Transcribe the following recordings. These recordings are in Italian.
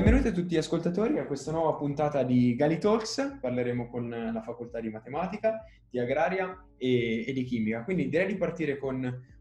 Benvenuti a tutti gli ascoltatori a questa nuova puntata di Gali Talks. Parleremo con la facoltà di matematica, di agraria e di chimica. Quindi direi di partire con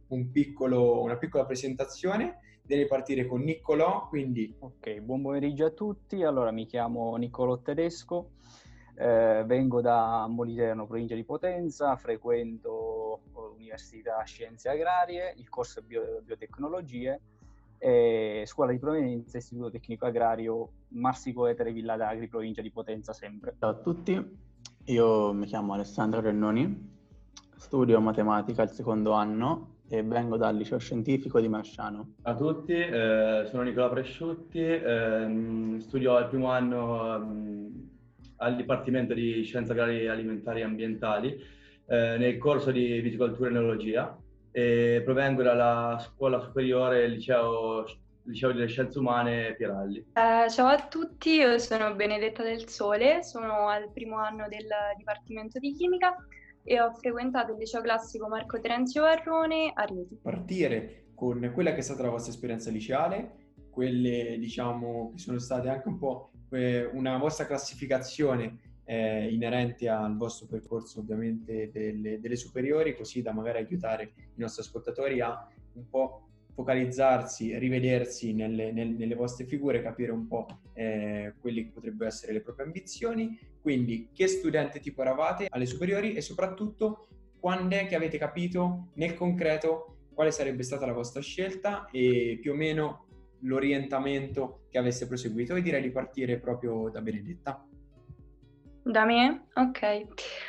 una piccola presentazione. Direi di partire con Niccolò, quindi... Ok, buon pomeriggio a tutti. Allora, mi chiamo Niccolò Tedesco, vengo da Moliterno, provincia di Potenza, frequento l'Università Scienze Agrarie, il corso Biotecnologie, e scuola di provenienza Istituto Tecnico Agrario Marsico Etere Villa d'Agri, provincia di Potenza sempre. Ciao a tutti, io mi chiamo Alessandro Rennoni, studio matematica al secondo anno e vengo dal liceo scientifico di Marsciano. Ciao a tutti, sono Nicola Presciutti, studio al primo anno al Dipartimento di Scienze Agrarie Alimentari e Ambientali nel corso di Viticoltura e Enologia e provengo dalla scuola superiore Liceo delle Scienze Umane Pieralli. Ciao a tutti, io sono Benedetta Del Sole, sono al primo anno del Dipartimento di Chimica e ho frequentato il liceo classico Marco Terenzio Varrone a Rieti. Partire con quella che è stata la vostra esperienza liceale, quelle diciamo che sono state anche un po' una vostra classificazione inerente al vostro percorso ovviamente delle superiori, così da magari aiutare i nostri ascoltatori a un po' focalizzarsi, rivedersi nelle vostre figure, capire un po' quelle che potrebbero essere le proprie ambizioni. Quindi che studente tipo eravate alle superiori e soprattutto quando è che avete capito nel concreto quale sarebbe stata la vostra scelta e più o meno l'orientamento che aveste proseguito. E direi di partire proprio da Benedetta. Da me? Ok.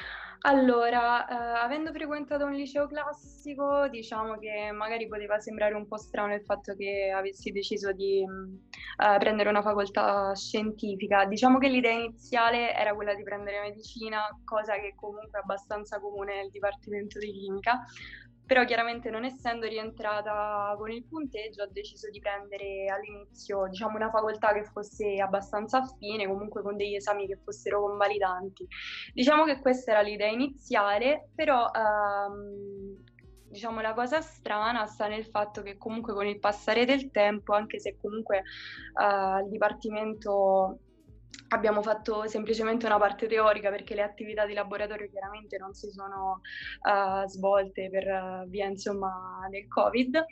Allora, avendo frequentato un liceo classico, diciamo che magari poteva sembrare un po' strano il fatto che avessi deciso di prendere una facoltà scientifica. Diciamo che l'idea iniziale era quella di prendere medicina, cosa che comunque è abbastanza comune nel Dipartimento di Chimica. Però chiaramente non essendo rientrata con il punteggio ho deciso di prendere all'inizio diciamo una facoltà che fosse abbastanza affine, comunque con degli esami che fossero convalidanti. Diciamo che questa era l'idea iniziale, però diciamo la cosa strana sta nel fatto che comunque con il passare del tempo, anche se comunque il Dipartimento abbiamo fatto semplicemente una parte teorica perché le attività di laboratorio chiaramente non si sono svolte per via insomma del Covid.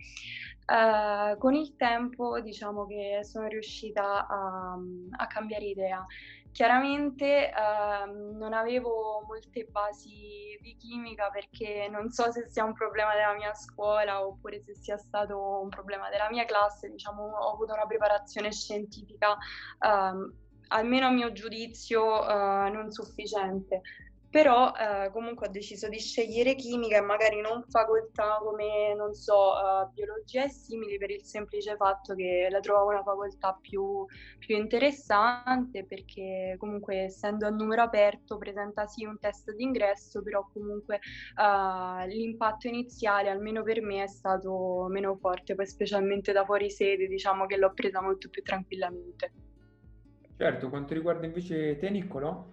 Con il tempo diciamo che sono riuscita a cambiare idea. Chiaramente non avevo molte basi di chimica perché non so se sia un problema della mia scuola oppure se sia stato un problema della mia classe, diciamo ho avuto una preparazione scientifica almeno a mio giudizio non sufficiente, però comunque ho deciso di scegliere chimica e magari non facoltà come, non so, biologia e simili per il semplice fatto che la trovavo una facoltà più interessante perché comunque essendo a numero aperto presenta sì un test d'ingresso, però comunque l'impatto iniziale almeno per me è stato meno forte, poi specialmente da fuori sede diciamo che l'ho presa molto più tranquillamente. Certo, quanto riguarda invece te, Niccolò?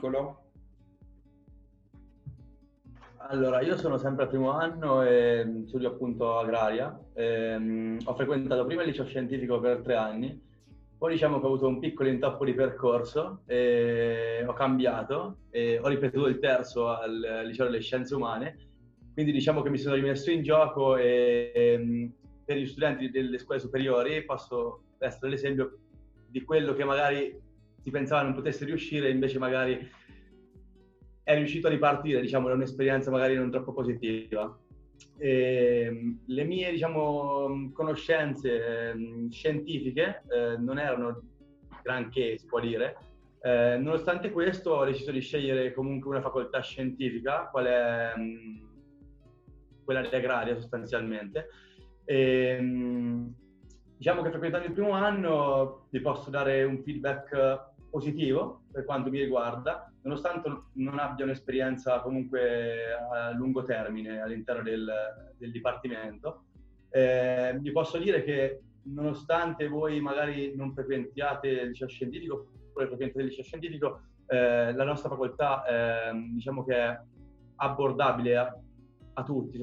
Allora, io sono sempre al primo anno e studio appunto agraria. Ho frequentato prima il liceo scientifico per 3 anni, poi diciamo che ho avuto un piccolo intoppo di percorso e ho cambiato e ho ripetuto il terzo al liceo delle scienze umane, quindi diciamo che mi sono rimesso in gioco e per gli studenti delle scuole superiori posso essere l'esempio di quello che magari si pensava non potesse riuscire, invece magari è riuscito a ripartire, diciamo, da un'esperienza magari non troppo positiva. Le mie, diciamo, conoscenze scientifiche non erano granché, si può dire. Nonostante questo ho deciso di scegliere comunque una facoltà scientifica, quella dell'agraria sostanzialmente. Diciamo che frequentando il primo anno vi posso dare un feedback positivo per quanto mi riguarda, nonostante non abbia un'esperienza comunque a lungo termine all'interno del Dipartimento. Vi posso dire che nonostante voi magari non frequentiate il liceo scientifico, oppure frequentate il liceo scientifico, la nostra facoltà diciamo che è abbordabile a tutti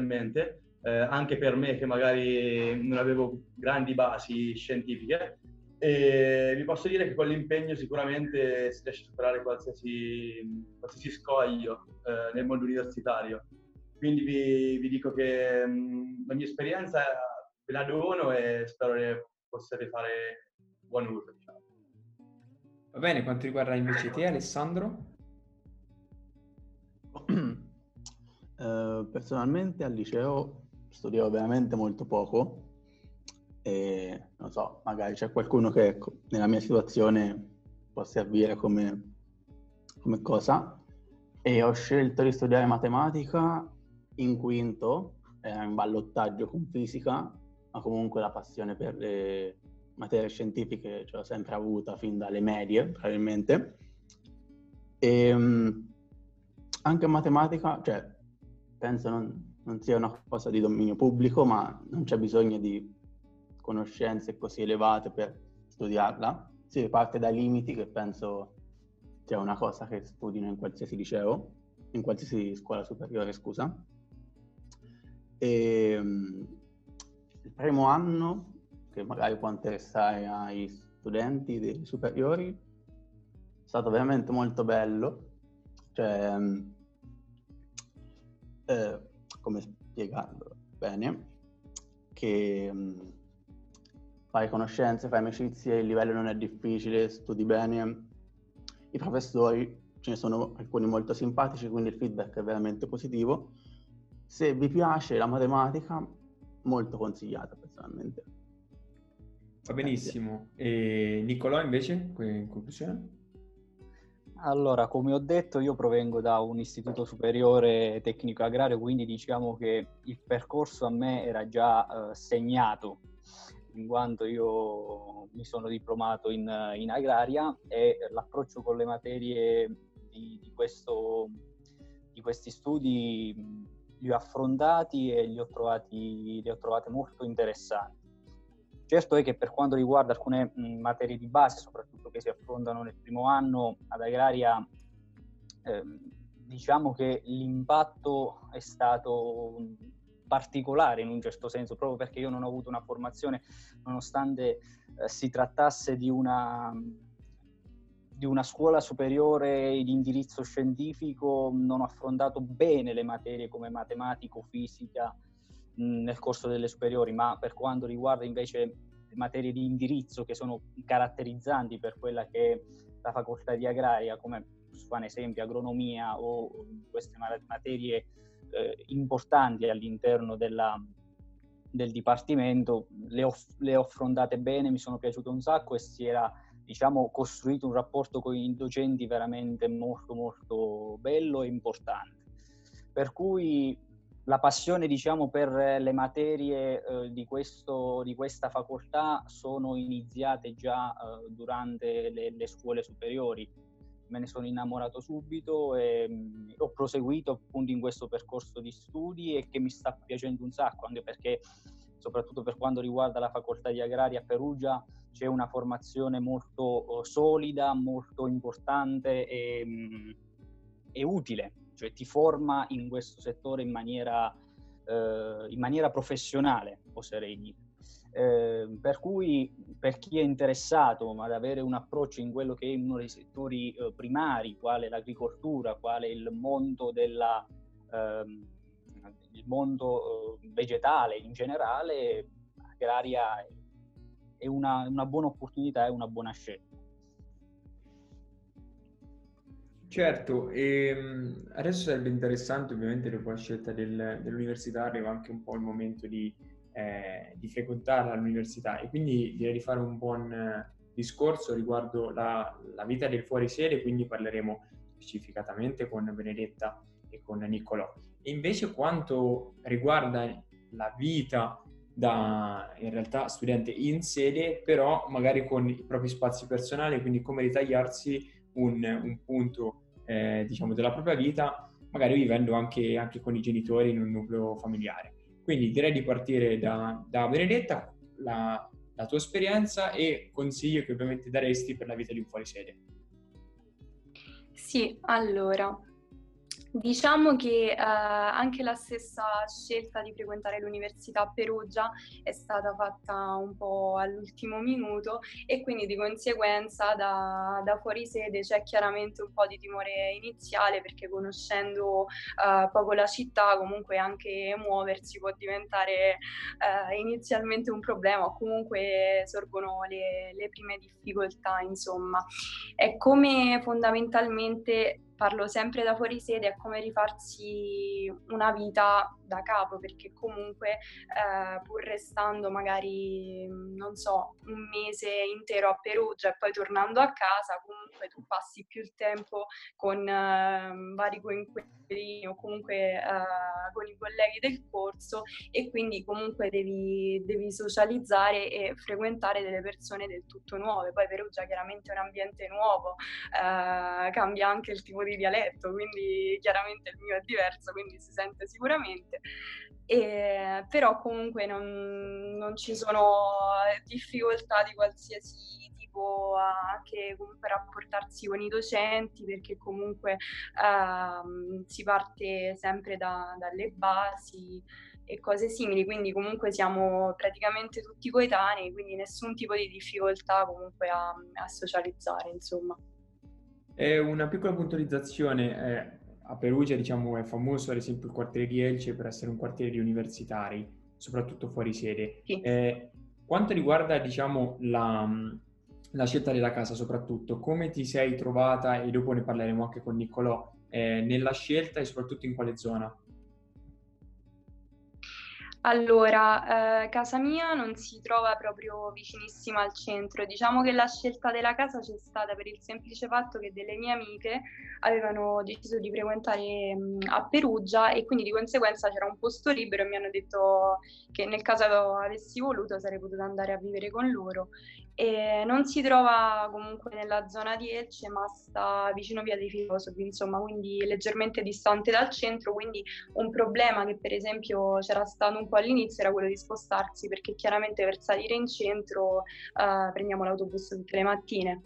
sostanzialmente. Anche per me che magari non avevo grandi basi scientifiche, E vi posso dire che con l'impegno sicuramente si riesce a superare qualsiasi scoglio nel mondo universitario. Quindi vi dico che la mia esperienza ve la dono e spero che possiate fare buon uso, diciamo. Va bene, quanto riguarda invece te, Alessandro? Personalmente al liceo studiavo veramente molto poco e non so, magari c'è qualcuno che nella mia situazione può servire come cosa, e ho scelto di studiare matematica in quinto, era in ballottaggio con fisica, ma comunque la passione per le materie scientifiche ce l'ho sempre avuta fin dalle medie, probabilmente. E anche in matematica, cioè, penso non sia una cosa di dominio pubblico, ma non c'è bisogno di conoscenze così elevate per studiarla. Si parte dai limiti, che penso sia una cosa che studino in qualsiasi liceo, in qualsiasi scuola superiore, scusa. E il primo anno, che magari può interessare ai studenti dei superiori, è stato veramente molto bello. Cioè, come spiegarlo bene, che fai conoscenze, fai amicizie, il livello non è difficile, studi bene, i professori, ce ne sono alcuni molto simpatici, quindi il feedback è veramente positivo. Se vi piace la matematica, molto consigliata personalmente. Va benissimo. E Nicolò invece, in conclusione? Allora, come ho detto, io provengo da un istituto superiore tecnico agrario, quindi diciamo che il percorso a me era già segnato, in quanto io mi sono diplomato in agraria, e l'approccio con le materie di questi studi li ho affrontati e li ho trovate molto interessanti. Certo è che per quanto riguarda alcune materie di base, soprattutto che si affrontano nel primo anno ad agraria, diciamo che l'impatto è stato particolare in un certo senso, proprio perché io non ho avuto una formazione, nonostante si trattasse di una scuola superiore di indirizzo scientifico, non ho affrontato bene le materie come matematico, fisica nel corso delle superiori, ma per quanto riguarda invece le materie di indirizzo che sono caratterizzanti per quella che è la facoltà di agraria, come fa un esempio agronomia o queste materie importanti all'interno del dipartimento, le ho affrontate bene, mi sono piaciute un sacco e si era, diciamo, costruito un rapporto con i docenti veramente molto molto bello e importante. Per cui la passione, diciamo, per le materie di questa facoltà sono iniziate già durante le scuole superiori. Me ne sono innamorato subito e ho proseguito appunto in questo percorso di studi, e che mi sta piacendo un sacco, anche perché soprattutto per quanto riguarda la facoltà di agraria a Perugia c'è una formazione molto solida, molto importante e utile. Cioè ti forma in questo settore in maniera professionale, oserei dire. Per cui per chi è interessato ad avere un approccio in quello che è uno dei settori primari, quale l'agricoltura, quale il mondo vegetale in generale, agraria è una buona opportunità, è una buona scelta. Certo, adesso sarebbe interessante, ovviamente dopo la scelta dell'università arriva anche un po' il momento di frequentarla all'università, e quindi direi di fare un buon discorso riguardo la vita del fuorisede, quindi parleremo specificatamente con Benedetta e con Niccolò. E invece quanto riguarda la vita da, in realtà, studente in sede, però magari con i propri spazi personali, quindi come ritagliarsi un punto diciamo della propria vita, magari vivendo anche con i genitori in un nucleo familiare. Quindi direi di partire da Benedetta, la tua esperienza e consigli che ovviamente daresti per la vita di un fuorisede. Sì, allora, Diciamo che anche la stessa scelta di frequentare l'università a Perugia è stata fatta un po' all'ultimo minuto e quindi di conseguenza da fuori sede c'è chiaramente un po' di timore iniziale, perché conoscendo poco la città comunque anche muoversi può diventare inizialmente un problema, o comunque sorgono le prime difficoltà, insomma. È come fondamentalmente, parlo sempre da fuori sede, è come rifarsi una vita da capo, perché comunque pur restando magari, non so, un mese intero a Perugia e poi tornando a casa, comunque tu passi più il tempo con vari coinquilini o comunque con i colleghi del corso, e quindi comunque devi socializzare e frequentare delle persone del tutto nuove. Poi Perugia chiaramente è un ambiente nuovo, cambia anche il tipo di dialetto, quindi chiaramente il mio è diverso, quindi si sente sicuramente. Però comunque non ci sono difficoltà di qualsiasi tipo, anche comunque rapportarsi con i docenti, perché comunque si parte sempre dalle basi e cose simili, quindi comunque siamo praticamente tutti coetanei, quindi nessun tipo di difficoltà comunque a socializzare, insomma. Una piccola puntualizzazione, a Perugia diciamo è famoso ad esempio il quartiere di Elce per essere un quartiere di universitari, soprattutto fuori sede. Sì. Quanto riguarda diciamo la scelta della casa soprattutto, come ti sei trovata, e dopo ne parleremo anche con Niccolò, nella scelta e soprattutto in quale zona? Allora, casa mia non si trova proprio vicinissima al centro. Diciamo che la scelta della casa c'è stata per il semplice fatto che delle mie amiche avevano deciso di frequentare a Perugia, e quindi di conseguenza c'era un posto libero e mi hanno detto che nel caso avessi voluto sarei potuta andare a vivere con loro. E non si trova comunque nella zona di Elce, ma sta vicino Via dei Filosofi, insomma, quindi leggermente distante dal centro, quindi un problema che per esempio c'era stato un po' all'inizio era quello di spostarsi, perché chiaramente per salire in centro prendiamo l'autobus tutte le mattine.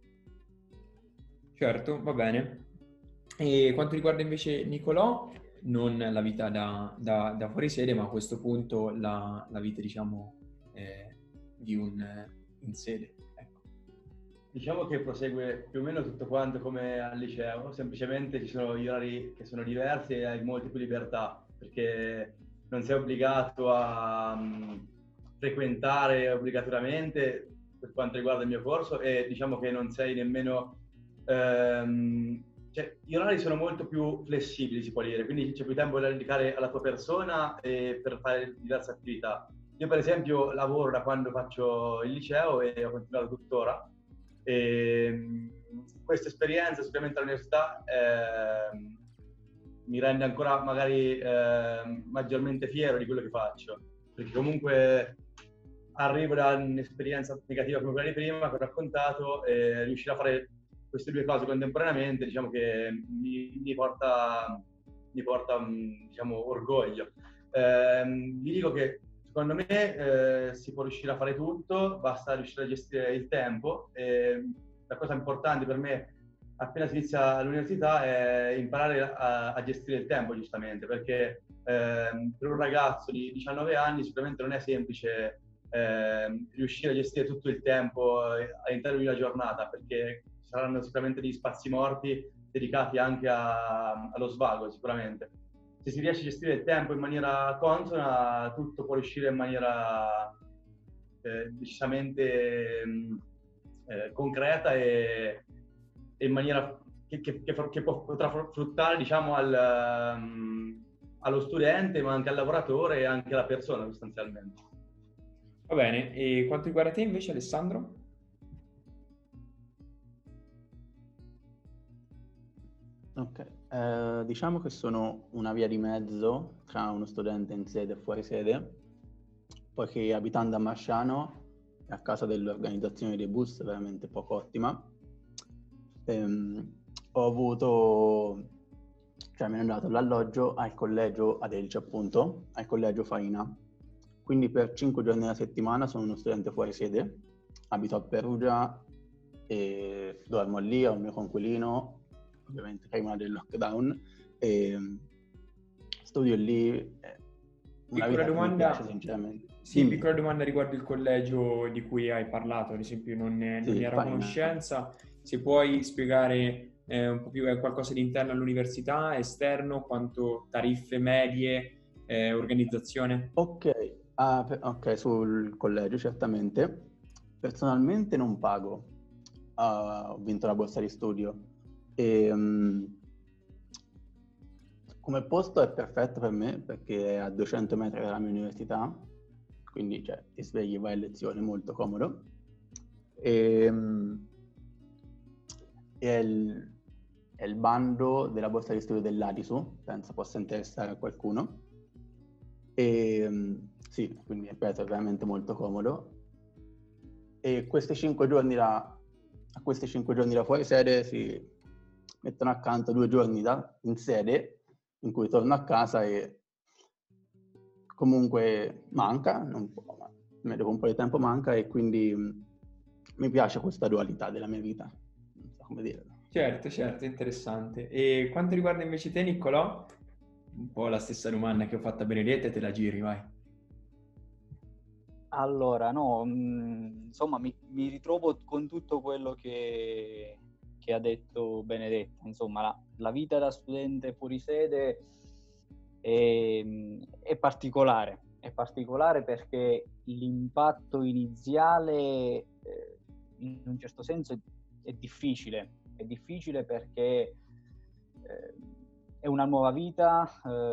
Certo, va bene. E quanto riguarda invece Niccolò, non la vita da fuori sede, ma a questo punto la vita diciamo di un in sede. Ecco. Diciamo che prosegue più o meno tutto quanto come al liceo, semplicemente ci sono gli orari che sono diversi e hai molte più libertà, perché non sei obbligato a frequentare obbligatoriamente per quanto riguarda il mio corso, e diciamo che non sei nemmeno... cioè, gli orari sono molto più flessibili, si può dire, quindi c'è più tempo da dedicare alla tua persona e per fare diverse attività. Io per esempio lavoro da quando faccio il liceo e ho continuato tuttora. Questa esperienza sicuramente all'università mi rende ancora magari maggiormente fiero di quello che faccio, perché comunque arrivo da un'esperienza negativa come quella di prima che ho raccontato, e riuscire a fare queste due cose contemporaneamente diciamo che mi porta diciamo orgoglio. Vi dico che secondo me si può riuscire a fare tutto, basta riuscire a gestire il tempo. La cosa importante per me appena si inizia l'università è imparare a gestire il tempo, giustamente, perché per un ragazzo di 19 anni sicuramente non è semplice riuscire a gestire tutto il tempo all'interno di una giornata, perché ci saranno sicuramente degli spazi morti dedicati anche allo svago, sicuramente. Se si riesce a gestire il tempo in maniera consona, tutto può uscire in maniera decisamente concreta e in maniera che potrà fruttare diciamo allo studente, ma anche al lavoratore e anche alla persona sostanzialmente. Va bene, e quanto riguarda te invece Alessandro? Ok, diciamo che sono una via di mezzo tra uno studente in sede e fuori sede, poiché abitando a Marciano e a causa dell'organizzazione dei bus veramente poco ottima, ho avuto, cioè mi hanno dato l'alloggio al collegio ad Elce, appunto, al collegio Farina. Quindi per 5 giorni alla settimana sono uno studente fuori sede, abito a Perugia e dormo lì, ho il mio coinquilino, ovviamente prima del lockdown, e studio lì una Piccola vita che mi domanda, piace sinceramente. sì, Dimmi. piccola domanda riguardo il collegio di cui hai parlato, ad esempio non ne Sì, ero a fine. conoscenza, se puoi spiegare un po' più qualcosa di interno all'università, esterno, quanto tariffe medie, organizzazione? Ok, ok, sul collegio certamente. Personalmente non pago. Ho vinto la borsa di studio e come posto è perfetto per me perché è a 200 metri dalla mia università, quindi cioè, ti svegli e vai a lezione, molto comodo. E, è il bando della borsa di studio dell'Adisu, penso possa interessare a qualcuno. E sì, quindi ripeto, è veramente molto comodo. E questi 5 giorni a questi 5 giorni da fuori sede si mettono accanto 2 giorni in sede in cui torno a casa e comunque manca, un po', ma dopo un po' di tempo manca e quindi mi piace questa dualità della mia vita, non so come dirlo. Certo, interessante. E quanto riguarda invece te, Niccolò? Un po' la stessa domanda che ho fatto a Benedetta e te la giri, vai. Allora, no, insomma, mi ritrovo con tutto quello che ha detto Benedetta. Insomma, la vita da studente fuori sede è particolare perché l'impatto iniziale, in un certo senso, è difficile perché è una nuova vita,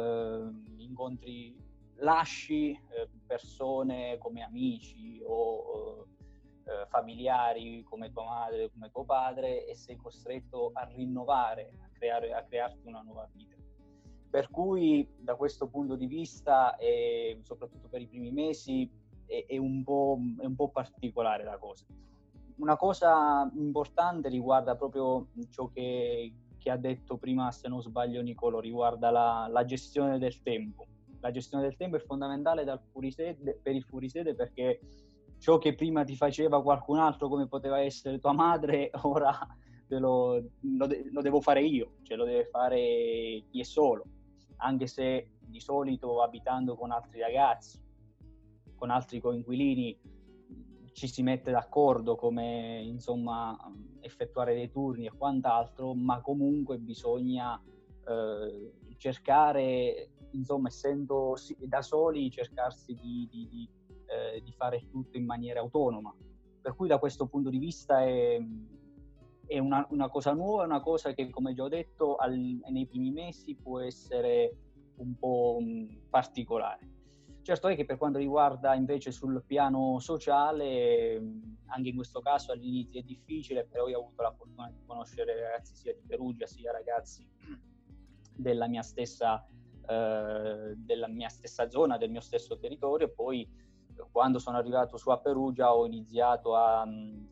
lasci persone come amici o familiari come tua madre, come tuo padre, e sei costretto a rinnovare, a crearti una nuova vita. Per cui da questo punto di vista, soprattutto per i primi mesi, è un po' particolare la cosa. Una cosa importante riguarda proprio ciò che ha detto prima, se non sbaglio, Niccolò, riguarda la gestione del tempo. La gestione del tempo è fondamentale per il fuorisede perché ciò che prima ti faceva qualcun altro, come poteva essere tua madre, ora lo devo fare io, cioè lo deve fare chi è solo, anche se di solito abitando con altri ragazzi, con altri coinquilini, ci si mette d'accordo come insomma effettuare dei turni e quant'altro, ma comunque bisogna cercare, insomma, essendo da soli, cercarsi di fare tutto in maniera autonoma. Per cui da questo punto di vista è una cosa nuova, è una cosa che, come già ho detto, nei primi mesi può essere un po' particolare. Certo è che per quanto riguarda invece sul piano sociale, anche in questo caso all'inizio è difficile, però io ho avuto la fortuna di conoscere ragazzi sia di Perugia sia ragazzi della mia stessa zona, del mio stesso territorio. E poi quando sono arrivato su a Perugia ho iniziato a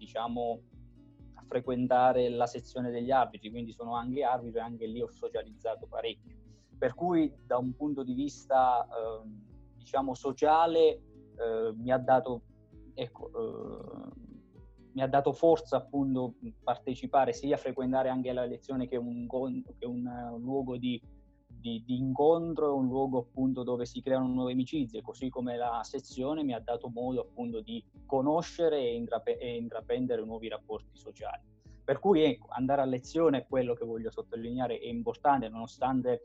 frequentare la sezione degli arbitri, quindi sono anche arbitro e anche lì ho socializzato parecchio. Per cui da un punto di vista sociale mi ha dato forza appunto partecipare sia a frequentare anche la lezione che un luogo di incontro, un luogo appunto dove si creano nuove amicizie, così come la sezione mi ha dato modo appunto di conoscere e intraprendere nuovi rapporti sociali. Per cui ecco, andare a lezione, quello che voglio sottolineare, è importante, nonostante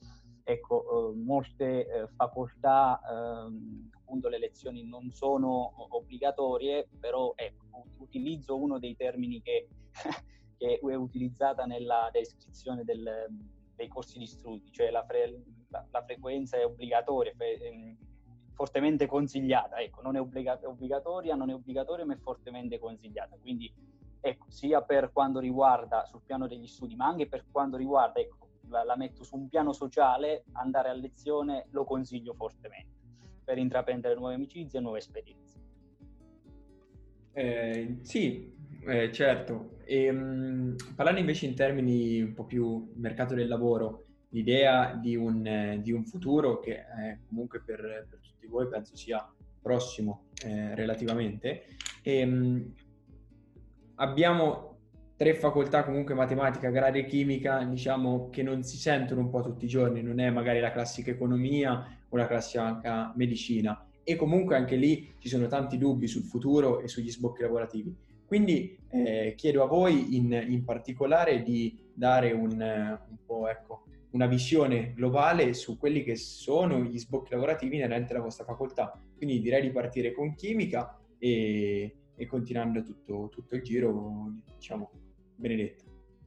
molte facoltà appunto le lezioni non sono obbligatorie, però ecco, utilizzo uno dei termini che è utilizzata nella descrizione dei corsi di studi, cioè la frequenza è obbligatoria, fortemente consigliata, ecco, non è obbligatoria, ma è fortemente consigliata. Quindi ecco, sia per quanto riguarda sul piano degli studi, ma anche per quanto riguarda, ecco, la metto su un piano sociale, andare a lezione lo consiglio fortemente per intraprendere nuove amicizie e nuove esperienze. Sì, certo. Parlando invece in termini un po' più mercato del lavoro, l'idea di un futuro che comunque per tutti voi penso sia prossimo relativamente. Abbiamo 3 facoltà comunque matematica, agraria e chimica, diciamo che non si sentono un po' tutti i giorni, non è magari la classica economia o la classica medicina, e comunque anche lì ci sono tanti dubbi sul futuro e sugli sbocchi lavorativi. Quindi chiedo a voi in particolare di dare un po', ecco, una visione globale su quelli che sono gli sbocchi lavorativi inerenti alla vostra facoltà. Quindi direi di partire con chimica e continuando tutto il giro, diciamo, Benedetta.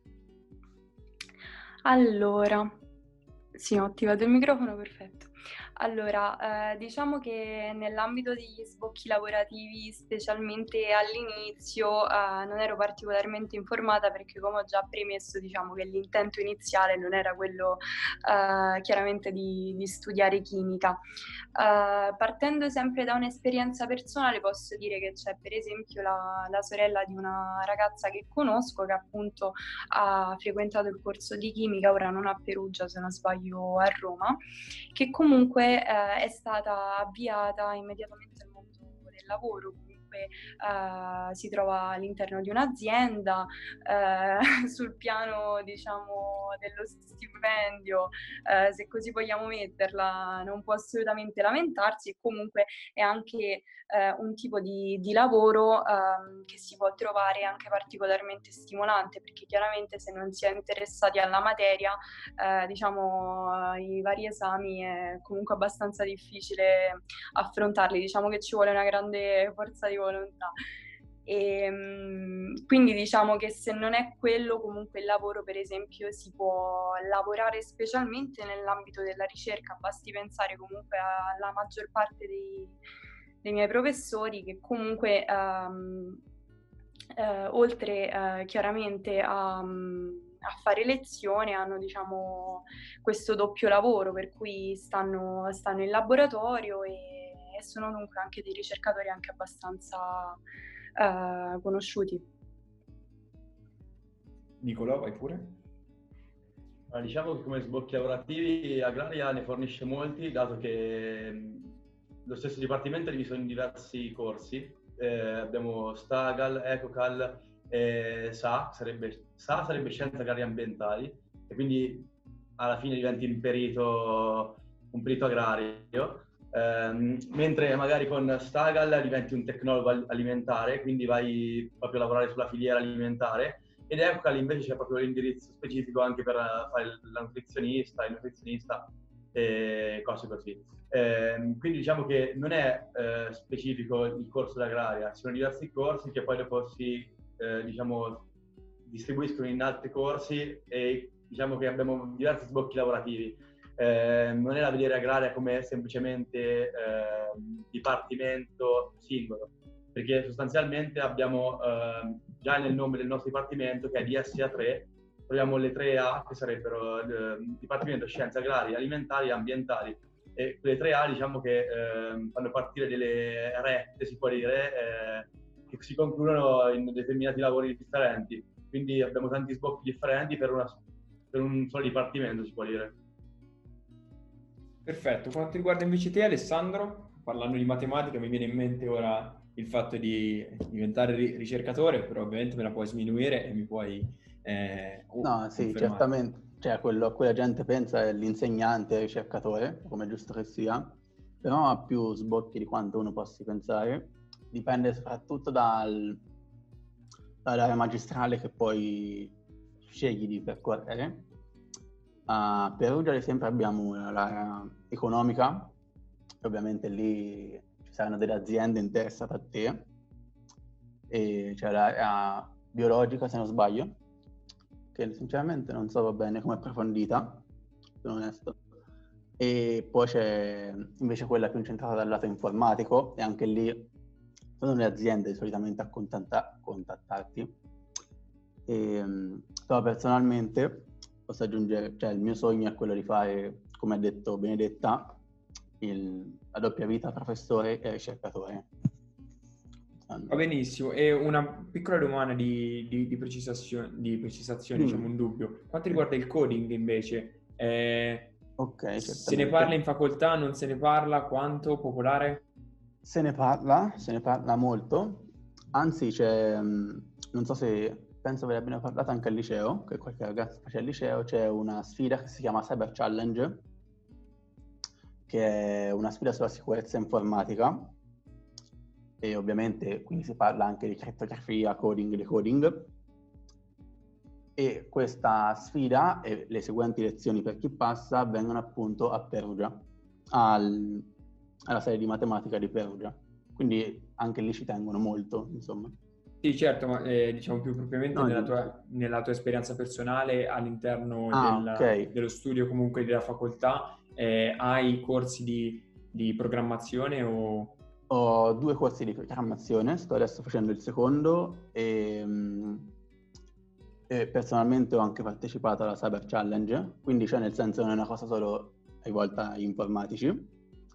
Allora, sì, ho attivato il microfono, perfetto. Allora, diciamo che nell'ambito degli sbocchi lavorativi, specialmente all'inizio, non ero particolarmente informata perché, come ho già premesso, diciamo che l'intento iniziale non era quello chiaramente di studiare chimica. Partendo sempre da un'esperienza personale, posso dire che c'è per esempio la sorella di una ragazza che conosco che appunto ha frequentato il corso di chimica, ora non a Perugia se non sbaglio a Roma, che comunque è stata avviata immediatamente al mondo del lavoro. Comunque si trova all'interno di un'azienda, sul piano diciamo dello stipendio, se così vogliamo metterla, non può assolutamente lamentarsi, e comunque è anche un tipo di lavoro che si può trovare anche particolarmente stimolante, perché chiaramente se non si è interessati alla materia, diciamo i vari esami è comunque abbastanza difficile affrontarli, diciamo che ci vuole una grande forza di volontà. E quindi diciamo che se non è quello, comunque il lavoro per esempio si può lavorare specialmente nell'ambito della ricerca. Basti pensare comunque alla maggior parte dei miei professori che comunque oltre chiaramente a fare lezione hanno diciamo questo doppio lavoro, per cui stanno in laboratorio e sono dunque anche dei ricercatori anche abbastanza conosciuti. Nicolò, vai pure. Diciamo che come sbocchi lavorativi Agraria ne fornisce molti, dato che lo stesso dipartimento è diviso in diversi corsi. Abbiamo Stagal, Ecocal, SA sarebbe Scienze Agrarie Ambientali, e quindi alla fine diventi un perito agrario. Mentre magari con Stagal diventi un tecnologo alimentare, quindi vai proprio a lavorare sulla filiera alimentare, ed Ecocal invece c'è proprio l'indirizzo specifico anche per fare la nutrizionista, il nutrizionista e cose così. Quindi diciamo che non è specifico il corso d'agraria, ci sono diversi corsi che poi dopo si diciamo distribuiscono in altri corsi, e diciamo che abbiamo diversi sbocchi lavorativi. Non è da vedere agraria come semplicemente dipartimento singolo, perché sostanzialmente abbiamo già nel nome del nostro dipartimento, che è DSA3, troviamo le 3A, che sarebbero Dipartimento Scienze Agrarie, Alimentari e Ambientali, e quelle 3A diciamo che fanno partire delle rette, si può dire, che si concludono in determinati lavori differenti, quindi abbiamo tanti sbocchi differenti per un solo dipartimento, si può dire. Perfetto. Quanto riguarda invece te, Alessandro, parlando di matematica, mi viene in mente ora il fatto di diventare ricercatore, però ovviamente me la puoi sminuire e mi puoi no, sì, confermare. certamente. Cioè, quello a cui la gente pensa è l'insegnante, il ricercatore, come è giusto che sia, però ha più sbocchi di quanto uno possa pensare. Dipende soprattutto dall'area magistrale che poi scegli di percorrere. A Perugia, ad esempio, abbiamo l'area economica, e ovviamente lì ci saranno delle aziende interessate a te, e c'è l'area biologica, se non sbaglio, che sinceramente non so bene come è approfondita, sono onesto, e poi c'è invece quella più incentrata dal lato informatico, e anche lì sono le aziende solitamente a contattarti. Però personalmente posso aggiungere, cioè il mio sogno è quello di fare, come ha detto Benedetta, la doppia vita professore e ricercatore. Va benissimo. E una piccola domanda di precisazione, diciamo un dubbio. Quanto riguarda il coding invece, ok, se ne parla in facoltà, non se ne parla? Quanto popolare? Se ne parla molto, anzi c'è, non so se penso ve ne abbiano parlato anche al liceo, che qualche ragazzo face al liceo, c'è una sfida che si chiama Cyber Challenge, che è una sfida sulla sicurezza informatica, e ovviamente quindi si parla anche di crittografia, coding, decoding, e questa sfida e le seguenti lezioni per chi passa avvengono appunto a Perugia, alla sede di matematica di Perugia, quindi anche lì ci tengono molto, insomma. Sì, certo, ma diciamo più propriamente No, nella tua esperienza personale all'interno ok. dello studio comunque della facoltà, hai corsi di programmazione o... Ho 2 corsi di programmazione, sto adesso facendo il secondo e personalmente ho anche partecipato alla Cyber Challenge, quindi cioè nel senso non è una cosa solo rivolta agli informatici.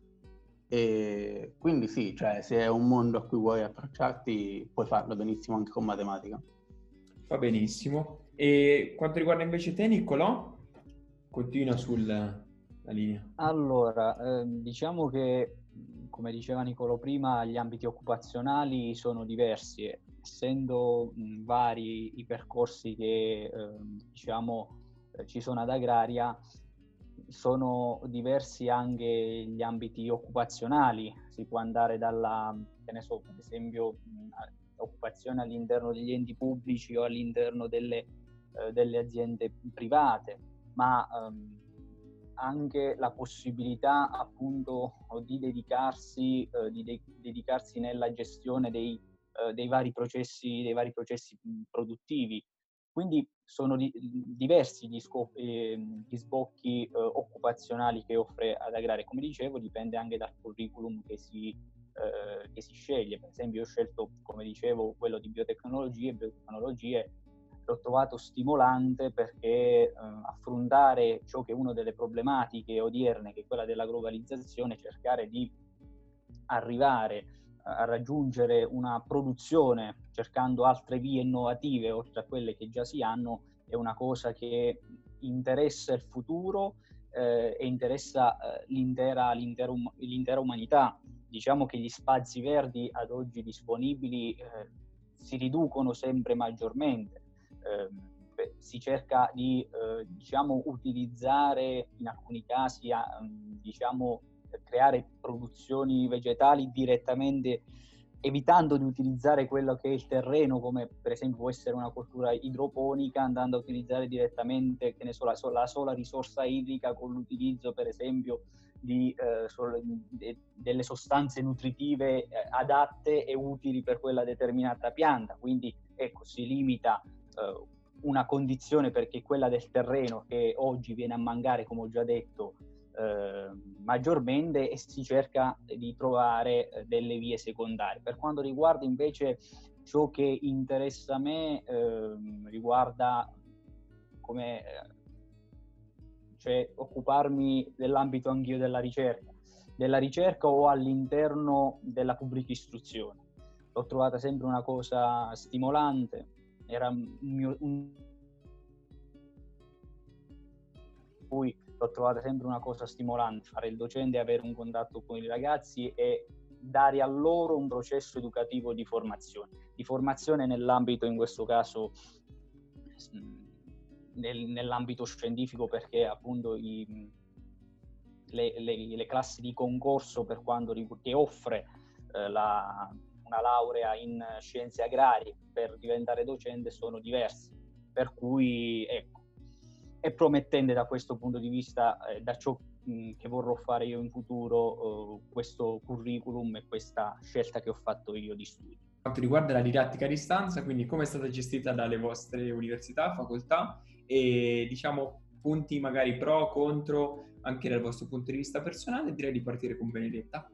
E quindi sì, cioè se è un mondo a cui vuoi approcciarti puoi farlo benissimo anche con matematica. Va benissimo. E quanto riguarda invece te, Niccolò, continua sulla linea. Allora, diciamo che, come diceva Niccolò prima, gli ambiti occupazionali sono diversi, essendo vari i percorsi che ci sono ad Agraria, sono diversi anche gli ambiti occupazionali. Si può andare dalla, che ne so, per esempio, occupazione all'interno degli enti pubblici o all'interno delle aziende private, ma anche la possibilità appunto di dedicarsi nella gestione dei vari processi produttivi. Quindi sono diversi gli sbocchi occupazionali che offre ad Agraria. Come dicevo, dipende anche dal curriculum che si sceglie. Per esempio, io ho scelto, come dicevo, quello di biotecnologie. L'ho trovato stimolante perché affrontare ciò che è una delle problematiche odierne, che è quella della globalizzazione, cercare di arrivare a raggiungere una produzione cercando altre vie innovative oltre a quelle che già si hanno, è una cosa che interessa il futuro e interessa l'intera umanità. Diciamo che gli spazi verdi ad oggi disponibili si riducono sempre maggiormente. Si cerca di utilizzare in alcuni casi creare produzioni vegetali direttamente, evitando di utilizzare quello che è il terreno, come per esempio può essere una coltura idroponica, andando a utilizzare direttamente, che ne so, la sola risorsa idrica con l'utilizzo per esempio delle sostanze nutritive adatte e utili per quella determinata pianta. Quindi ecco, si limita una condizione, perché è quella del terreno, che oggi viene a mancare, come ho già detto, maggiormente, e si cerca di trovare delle vie secondarie. Per quanto riguarda invece ciò che interessa a me, riguarda cioè occuparmi dell'ambito anch'io della ricerca o all'interno della pubblica istruzione. L'ho trovata sempre una cosa stimolante, era poi l'ho trovata sempre una cosa stimolante, fare il docente e avere un contatto con i ragazzi e dare a loro un processo educativo di formazione nell'ambito, in questo caso nell'ambito scientifico, perché appunto le classi di concorso per quanto che offre una laurea in scienze agrarie per diventare docente sono diverse, per cui ecco, è promettente da questo punto di vista, da ciò che vorrò fare io in futuro, questo curriculum e questa scelta che ho fatto io di studio. Per quanto riguarda la didattica a distanza, quindi come è stata gestita dalle vostre università, facoltà, e diciamo punti magari pro, contro, anche dal vostro punto di vista personale, direi di partire con Benedetta.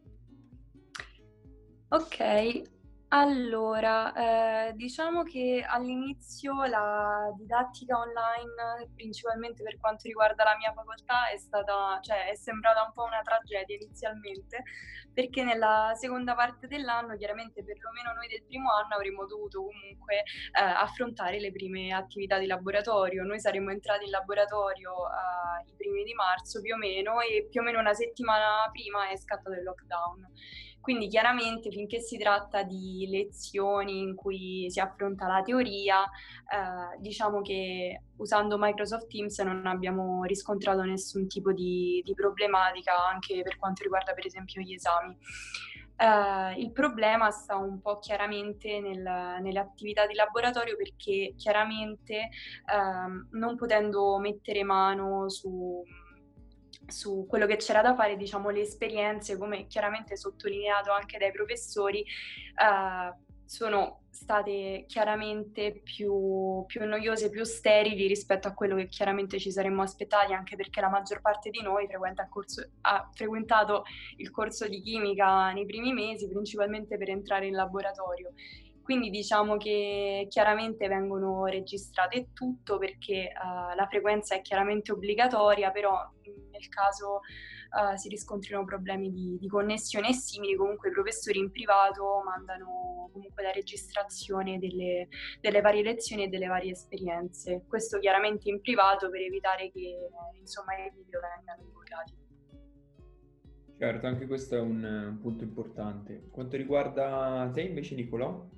Ok, allora, diciamo che all'inizio la didattica online, principalmente per quanto riguarda la mia facoltà, è sembrata un po' una tragedia inizialmente, perché nella seconda parte dell'anno, chiaramente perlomeno noi del primo anno, avremmo dovuto comunque affrontare le prime attività di laboratorio. Noi saremmo entrati in laboratorio i primi di marzo più o meno, e più o meno una settimana prima è scattato il lockdown. Quindi chiaramente finché si tratta di lezioni in cui si affronta la teoria, diciamo che usando Microsoft Teams non abbiamo riscontrato nessun tipo di problematica anche per quanto riguarda per esempio gli esami. Il problema sta un po' chiaramente nelle attività di laboratorio, perché chiaramente non potendo mettere mano su quello che c'era da fare, diciamo, le esperienze, come chiaramente sottolineato anche dai professori, sono state chiaramente più noiose, più sterili rispetto a quello che chiaramente ci saremmo aspettati, anche perché la maggior parte di noi ha frequentato il corso di chimica nei primi mesi, principalmente per entrare in laboratorio. Quindi diciamo che chiaramente vengono registrate tutto, perché la frequenza è chiaramente obbligatoria, però nel caso si riscontrino problemi di connessione e simili, comunque i professori in privato mandano comunque la registrazione delle varie lezioni e delle varie esperienze. Questo chiaramente in privato, per evitare che insomma i video vengano divulgati. Certo, anche questo è un punto importante. Quanto riguarda te invece, Nicolò?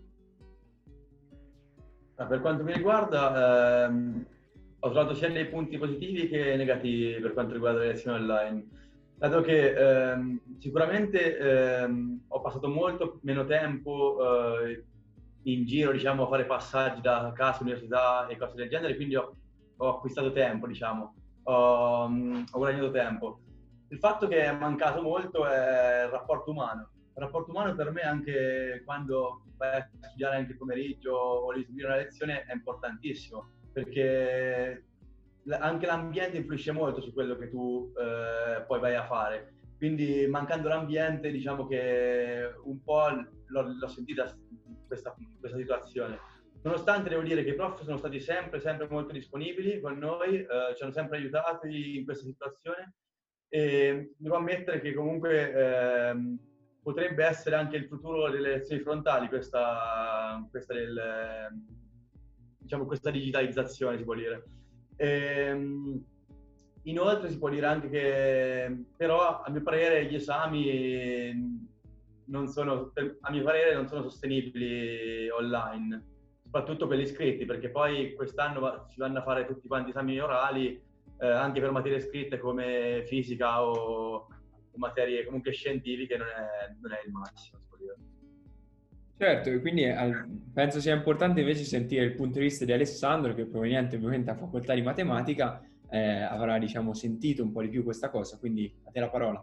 Per quanto mi riguarda, ho trovato sia dei punti positivi che negativi per quanto riguarda le lezioni online. Dato che sicuramente ho passato molto meno tempo in giro, diciamo, a fare passaggi da casa, università e cose del genere, quindi ho acquistato tempo, diciamo, ho guadagnato tempo. Il fatto che è mancato molto è il rapporto umano. Il rapporto umano per me, anche quando vai a studiare anche il pomeriggio o voglio seguire una lezione, è importantissimo, perché anche l'ambiente influisce molto su quello che tu poi vai a fare. Quindi mancando l'ambiente, diciamo che un po' l'ho sentita questa situazione. Nonostante devo dire che i prof sono stati sempre molto disponibili con noi, ci hanno sempre aiutati in questa situazione, e devo ammettere che comunque potrebbe essere anche il futuro delle lezioni frontali, questa digitalizzazione, si può dire. Inoltre si può dire anche che però a mio parere gli esami non sono sostenibili online, soprattutto quelli scritti, perché poi quest'anno si vanno a fare tutti quanti esami orali, anche per materie scritte come fisica o materie comunque scientifiche, non è il massimo, si può dire. Certo, e quindi penso sia importante invece sentire il punto di vista di Alessandro, che proveniente ovviamente da facoltà di matematica, avrà, diciamo, sentito un po' di più questa cosa, quindi a te la parola.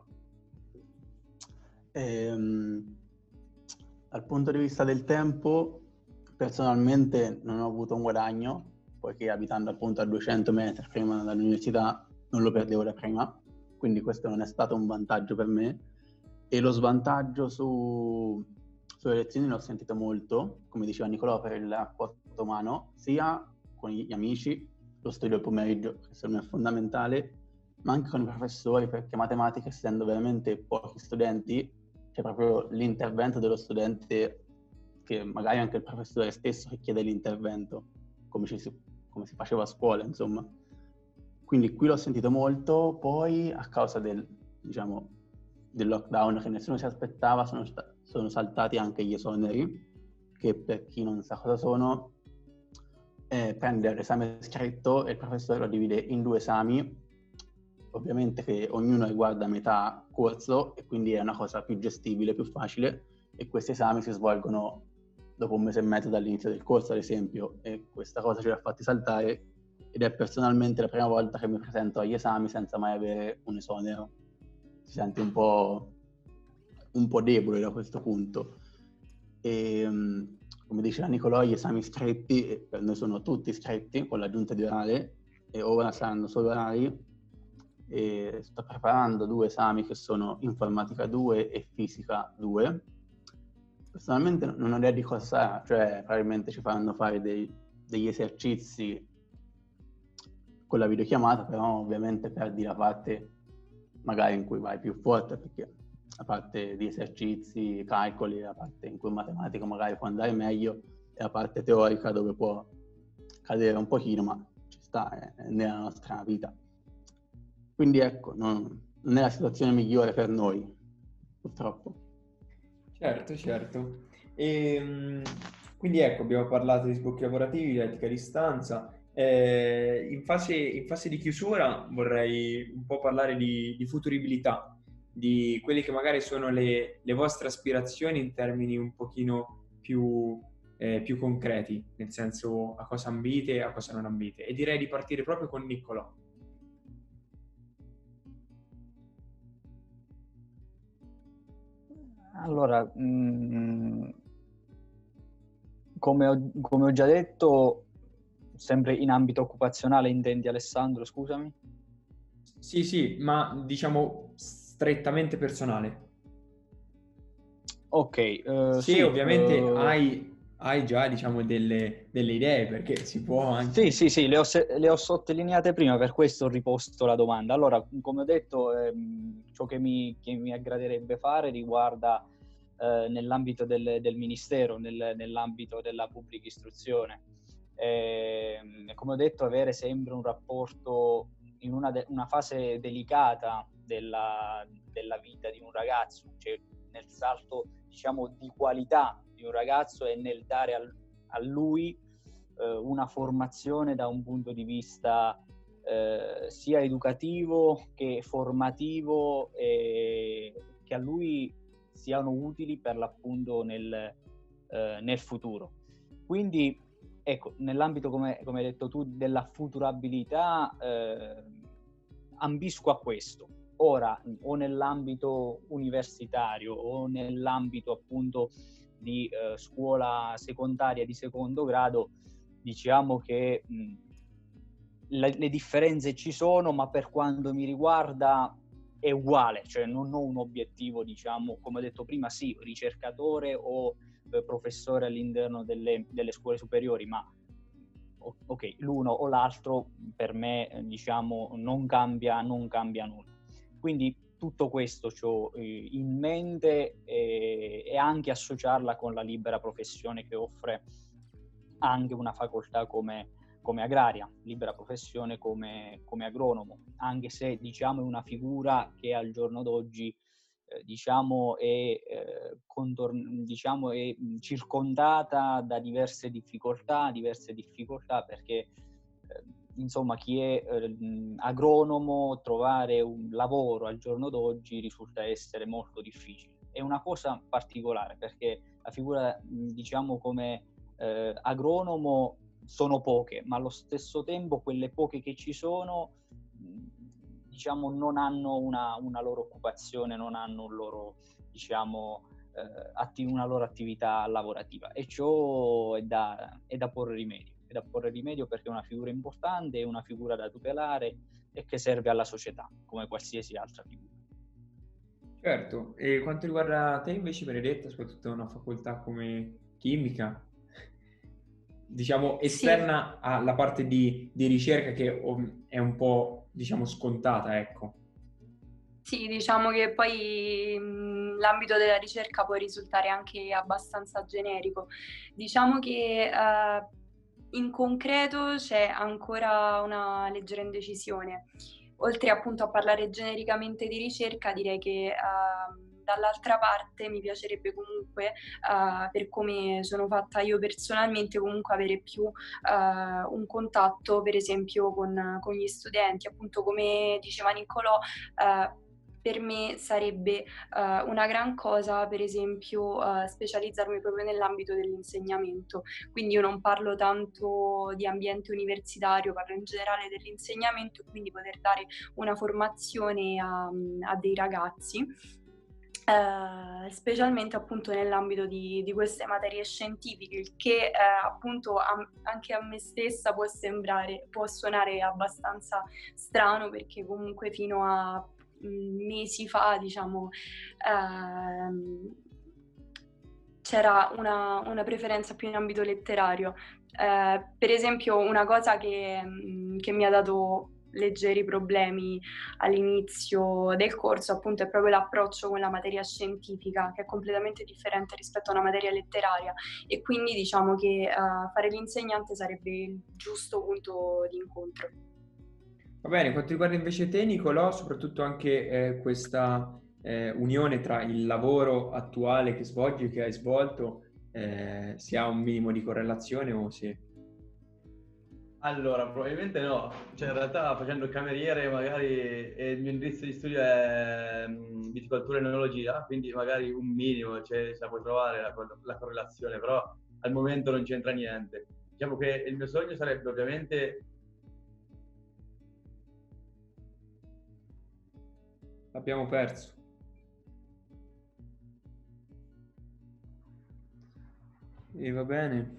Dal punto di vista del tempo, personalmente non ho avuto un guadagno, poiché abitando appunto a 200 metri prima dall'università non lo perdevo da prima, quindi questo non è stato un vantaggio per me. E lo svantaggio sulle lezioni l'ho sentito molto, come diceva Nicolò, per il rapporto umano, sia con gli amici, lo studio al pomeriggio, che secondo me è fondamentale, ma anche con i professori, perché matematica, essendo veramente pochi studenti, c'è proprio l'intervento dello studente, che magari anche il professore stesso che chiede l'intervento, come si faceva a scuola, insomma. Quindi qui l'ho sentito molto. Poi a causa del lockdown che nessuno si aspettava, sono saltati anche gli esoneri, che per chi non sa cosa sono, prende l'esame scritto e il professore lo divide in 2 esami, ovviamente che ognuno riguarda metà corso, e quindi è una cosa più gestibile, più facile, e questi esami si svolgono dopo 1 mese e mezzo dall'inizio del corso, ad esempio, e questa cosa ce l'ha fatti saltare, ed è personalmente la prima volta che mi presento agli esami senza mai avere un esonero. Si sente un po' debole da questo punto. E come diceva Nicolò, gli esami scritti per noi sono tutti scritti con l'aggiunta di orale, e ora saranno solo orali. E sto preparando 2 esami che sono informatica 2 e fisica 2. Personalmente non ho idea di cosa sarà, cioè probabilmente ci faranno fare degli esercizi con la videochiamata, però ovviamente perdi la parte magari in cui vai più forte, perché la parte di esercizi, calcoli, la parte in cui il matematico magari può andare meglio, e la parte teorica dove può cadere un pochino, ma ci sta, nella nostra vita. Quindi ecco, non è la situazione migliore per noi, purtroppo. Certo, certo. Quindi ecco, abbiamo parlato di sbocchi lavorativi, di etica di stanza. In fase di chiusura vorrei un po' parlare di futuribilità, di quelle che magari sono le vostre aspirazioni in termini un pochino più concreti, nel senso a cosa ambite e a cosa non ambite. E direi di partire proprio con Niccolò. Allora, come ho già detto, sempre in ambito occupazionale intendi, Alessandro, scusami? Sì, ma diciamo strettamente personale. Ok, Sì, sì. ovviamente hai già, diciamo, delle idee, perché si può anche... Sì, le ho sottolineate prima, per questo ho riposto la domanda. Allora, come ho detto, ciò che mi aggraderebbe fare riguarda nell'ambito del Ministero, nell'ambito della pubblica istruzione. Come ho detto, avere sempre un rapporto in una fase delicata della vita di un ragazzo, cioè nel salto, diciamo, di qualità di un ragazzo e nel dare a lui una formazione da un punto di vista sia educativo che formativo, e che a lui siano utili per l'appunto nel futuro. Quindi ecco, nell'ambito, come hai detto tu, della futurabilità, ambisco a questo. Ora, o nell'ambito universitario o nell'ambito appunto di scuola secondaria di secondo grado, diciamo che le differenze ci sono, ma per quanto mi riguarda è uguale, cioè non ho un obiettivo, diciamo, come ho detto prima, sì, ricercatore o professore all'interno delle scuole superiori, ma ok, l'uno o l'altro per me, diciamo, non cambia nulla. Quindi tutto questo c'ho in mente, e anche associarla con la libera professione che offre anche una facoltà come agraria, libera professione come agronomo, anche se diciamo è una figura che al giorno d'oggi diciamo è circondata da diverse difficoltà, perché insomma chi è agronomo, trovare un lavoro al giorno d'oggi risulta essere molto difficile. È una cosa particolare perché la figura, diciamo, come agronomo sono poche, ma allo stesso tempo quelle poche che ci sono, diciamo, non hanno una loro occupazione, non hanno un loro, diciamo, una loro attività lavorativa, e ciò è da porre rimedio. È da porre rimedio perché è una figura importante, è una figura da tutelare e che serve alla società, come qualsiasi altra figura. Certo, e quanto riguarda te invece, Benedetta, soprattutto una facoltà come chimica, diciamo esterna Sì. alla parte di ricerca che è un po', diciamo, scontata, ecco. Sì, diciamo che poi l'ambito della ricerca può risultare anche abbastanza generico. Diciamo che in concreto c'è ancora una leggera indecisione. Oltre appunto a parlare genericamente di ricerca, direi che dall'altra parte mi piacerebbe comunque, per come sono fatta io personalmente, comunque avere più un contatto per esempio con gli studenti. Appunto, come diceva Niccolò, per me sarebbe una gran cosa, per esempio, specializzarmi proprio nell'ambito dell'insegnamento. Quindi io non parlo tanto di ambiente universitario, parlo in generale dell'insegnamento, e quindi poter dare una formazione a dei ragazzi, specialmente appunto nell'ambito di queste materie scientifiche, il che appunto anche a me stessa può suonare abbastanza strano, perché comunque fino a mesi fa, diciamo, c'era una preferenza più in ambito letterario. Per esempio, una cosa che mi ha dato leggeri problemi all'inizio del corso, appunto, è proprio l'approccio con la materia scientifica, che è completamente differente rispetto a una materia letteraria, e quindi diciamo che fare l'insegnante sarebbe il giusto punto di incontro. Va bene, quanto riguarda invece te, Nicolò, soprattutto anche questa unione tra il lavoro attuale che svolgi, che hai svolto, si ha un minimo di correlazione o se... Allora, probabilmente no, cioè in realtà facendo il cameriere magari il mio indirizzo di studio è viticoltura e enologia, quindi magari un minimo se la puoi trovare la correlazione, però al momento non c'entra niente. Diciamo che il mio sogno sarebbe ovviamente... L'abbiamo perso. E va bene.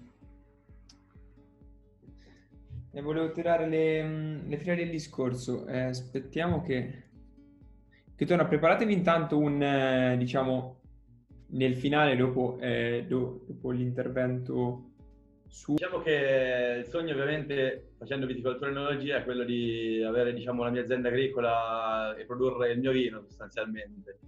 E volevo tirare le fila del discorso. Aspettiamo che torna. Preparatevi intanto diciamo, nel finale, dopo l'intervento su... Diciamo che il sogno ovviamente facendo viticoltura e enologia è quello di avere, diciamo, la mia azienda agricola e produrre il mio vino sostanzialmente.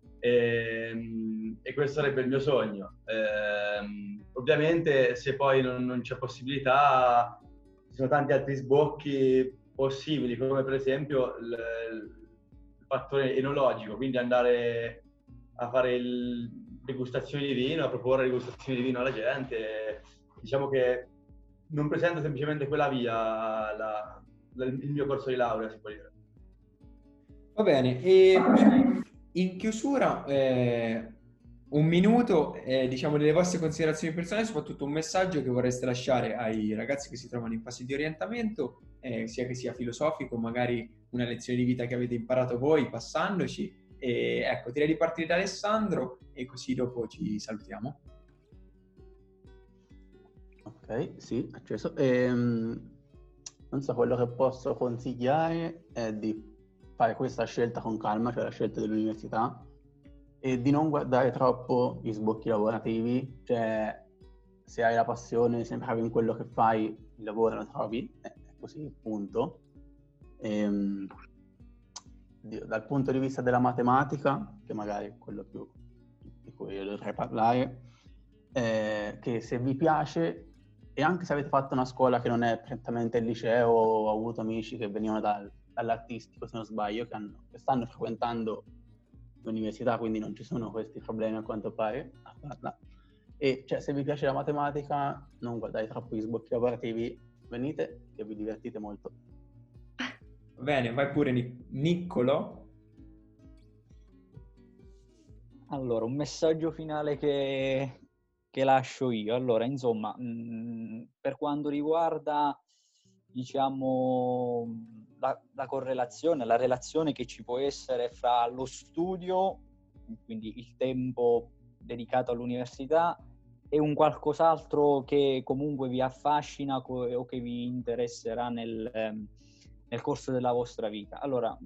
E questo sarebbe il mio sogno. Ovviamente se poi non c'è possibilità, ci sono tanti altri sbocchi possibili, come per esempio il fattore enologico, quindi andare a fare degustazioni di vino, a proporre degustazioni di vino alla gente. Diciamo che non presento semplicemente quella via il mio corso di laurea, si può dire. Va bene, e in chiusura un minuto, diciamo, delle vostre considerazioni personali, soprattutto un messaggio che vorreste lasciare ai ragazzi che si trovano in fase di orientamento, sia che sia filosofico, magari una lezione di vita che avete imparato voi passandoci. E ecco, direi di partire da Alessandro e così dopo ci salutiamo. Ok, sì, acceso. Non so, quello che posso consigliare è di fare questa scelta con calma, cioè la scelta dell'università, e di non guardare troppo gli sbocchi lavorativi, cioè se hai la passione, sei bravo in quello che fai, il lavoro lo trovi, è così, punto. Dal punto di vista della matematica, che magari è quello più di cui io dovrei parlare, che se vi piace, e anche se avete fatto una scuola che non è prettamente il liceo, ho avuto amici che venivano dall'artistico, se non sbaglio, che stanno frequentando l'università, quindi non ci sono questi problemi a quanto pare a farla. E cioè, se vi piace la matematica, non guardate troppo gli sbocchi lavorativi, venite che vi divertite molto. Va bene, vai pure Niccolo. Allora, un messaggio finale che lascio io. Allora, insomma, per quanto riguarda, diciamo, la correlazione, la relazione che ci può essere fra lo studio, quindi il tempo dedicato all'università, e un qualcos'altro che comunque vi affascina o che vi interesserà nel corso della vostra vita. Allora,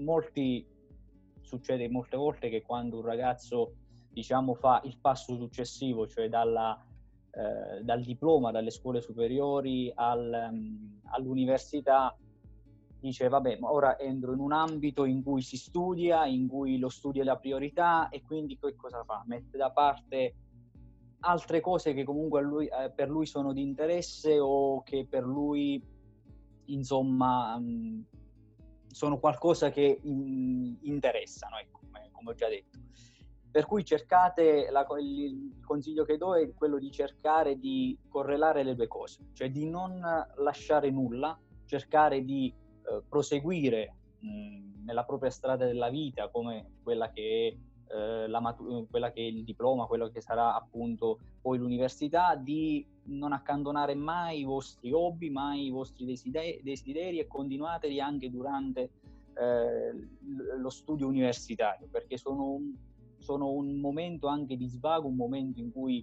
succede molte volte che quando un ragazzo, diciamo, fa il passo successivo, cioè dal diploma, dalle scuole superiori all'università, dice vabbè, ma ora entro in un ambito in cui si studia, in cui lo studio è la priorità, e quindi che cosa fa? Mette da parte altre cose che comunque per lui sono di interesse, o che per lui, insomma, sono qualcosa che interessano, ecco, come ho già detto. Per cui cercate, il consiglio che do è quello di cercare di correlare le due cose, cioè di non lasciare nulla, cercare di proseguire nella propria strada della vita, come quella che è quella che è il diploma, quello che sarà appunto poi l'università, di non accantonare mai i vostri hobby, mai i vostri desideri, e continuateli anche durante lo studio universitario, perché sono un momento anche di svago, un momento in cui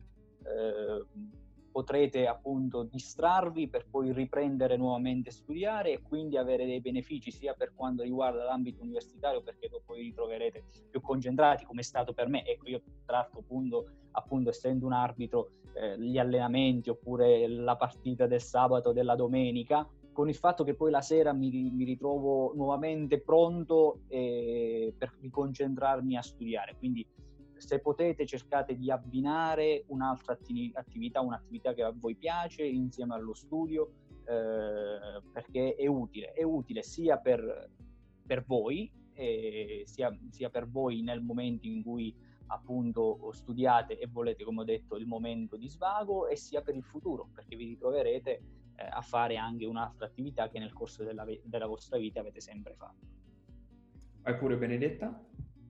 potrete appunto distrarvi per poi riprendere nuovamente a studiare, e quindi avere dei benefici sia per quanto riguarda l'ambito universitario, perché dopo vi ritroverete più concentrati, come è stato per me. Ecco, io tra l'altro appunto essendo un arbitro, gli allenamenti oppure la partita del sabato, della domenica, con il fatto che poi la sera mi ritrovo nuovamente pronto per riconcentrarmi a studiare. Quindi se potete cercate di abbinare un'altra attività, un'attività che a voi piace insieme allo studio, perché è utile sia per voi, e sia per voi nel momento in cui appunto studiate e volete, come ho detto, il momento di svago, e sia per il futuro, perché vi ritroverete a fare anche un'altra attività che nel corso della vostra vita avete sempre fatto. Vai pure, Benedetta.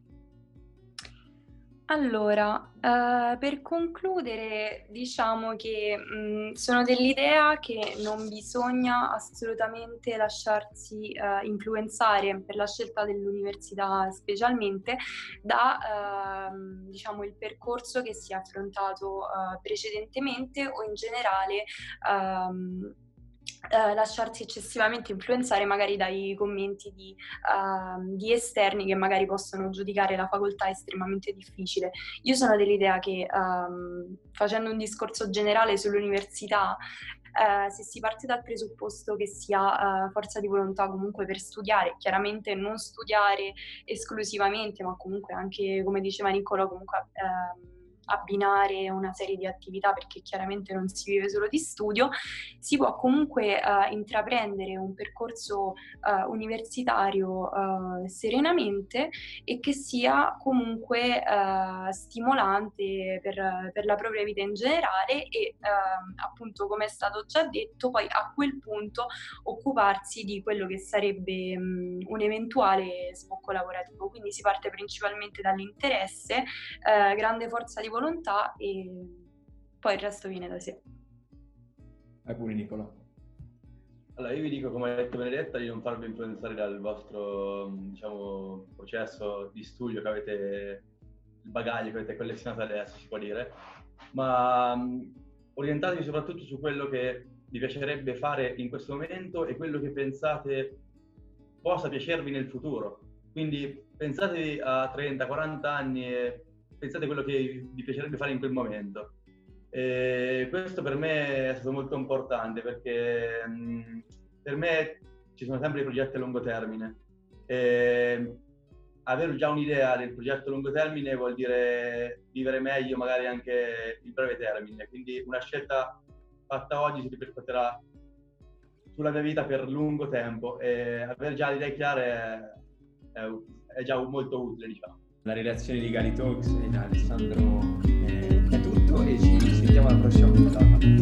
Allora, per concludere, diciamo che sono dell'idea che non bisogna assolutamente lasciarsi influenzare per la scelta dell'università, specialmente da diciamo, il percorso che si è affrontato precedentemente, o in generale lasciarsi eccessivamente influenzare magari dai commenti di esterni che magari possono giudicare la facoltà estremamente difficile. Io sono dell'idea che facendo un discorso generale sull'università, se si parte dal presupposto che si ha forza di volontà comunque per studiare, chiaramente non studiare esclusivamente, ma comunque anche, come diceva Nicola, comunque abbinare una serie di attività, perché chiaramente non si vive solo di studio, si può comunque intraprendere un percorso universitario serenamente, e che sia comunque stimolante per la propria vita in generale, e appunto, come è stato già detto, poi a quel punto occuparsi di quello che sarebbe un eventuale sbocco lavorativo. Quindi si parte principalmente dall'interesse, grande forza di volontà, e poi il resto viene da sé. Vai pure, Nicola. Allora, io vi dico, come ha detto Benedetta, di non farvi influenzare dal vostro, diciamo, processo di studio che avete, il bagaglio che avete collezionato adesso, si può dire, ma orientatevi soprattutto su quello che vi piacerebbe fare in questo momento e quello che pensate possa piacervi nel futuro. Quindi pensatevi a 30-40 anni e pensate a quello che vi piacerebbe fare in quel momento. E questo per me è stato molto importante, perché per me ci sono sempre dei progetti a lungo termine. E avere già un'idea del progetto a lungo termine vuol dire vivere meglio magari anche il breve termine. Quindi una scelta fatta oggi si ripercuoterà sulla mia vita per lungo tempo, e avere già le idee chiare è già molto utile, diciamo. La relazione di Cali Talks e da Alessandro è tutto, e ci sentiamo alla prossima puntata.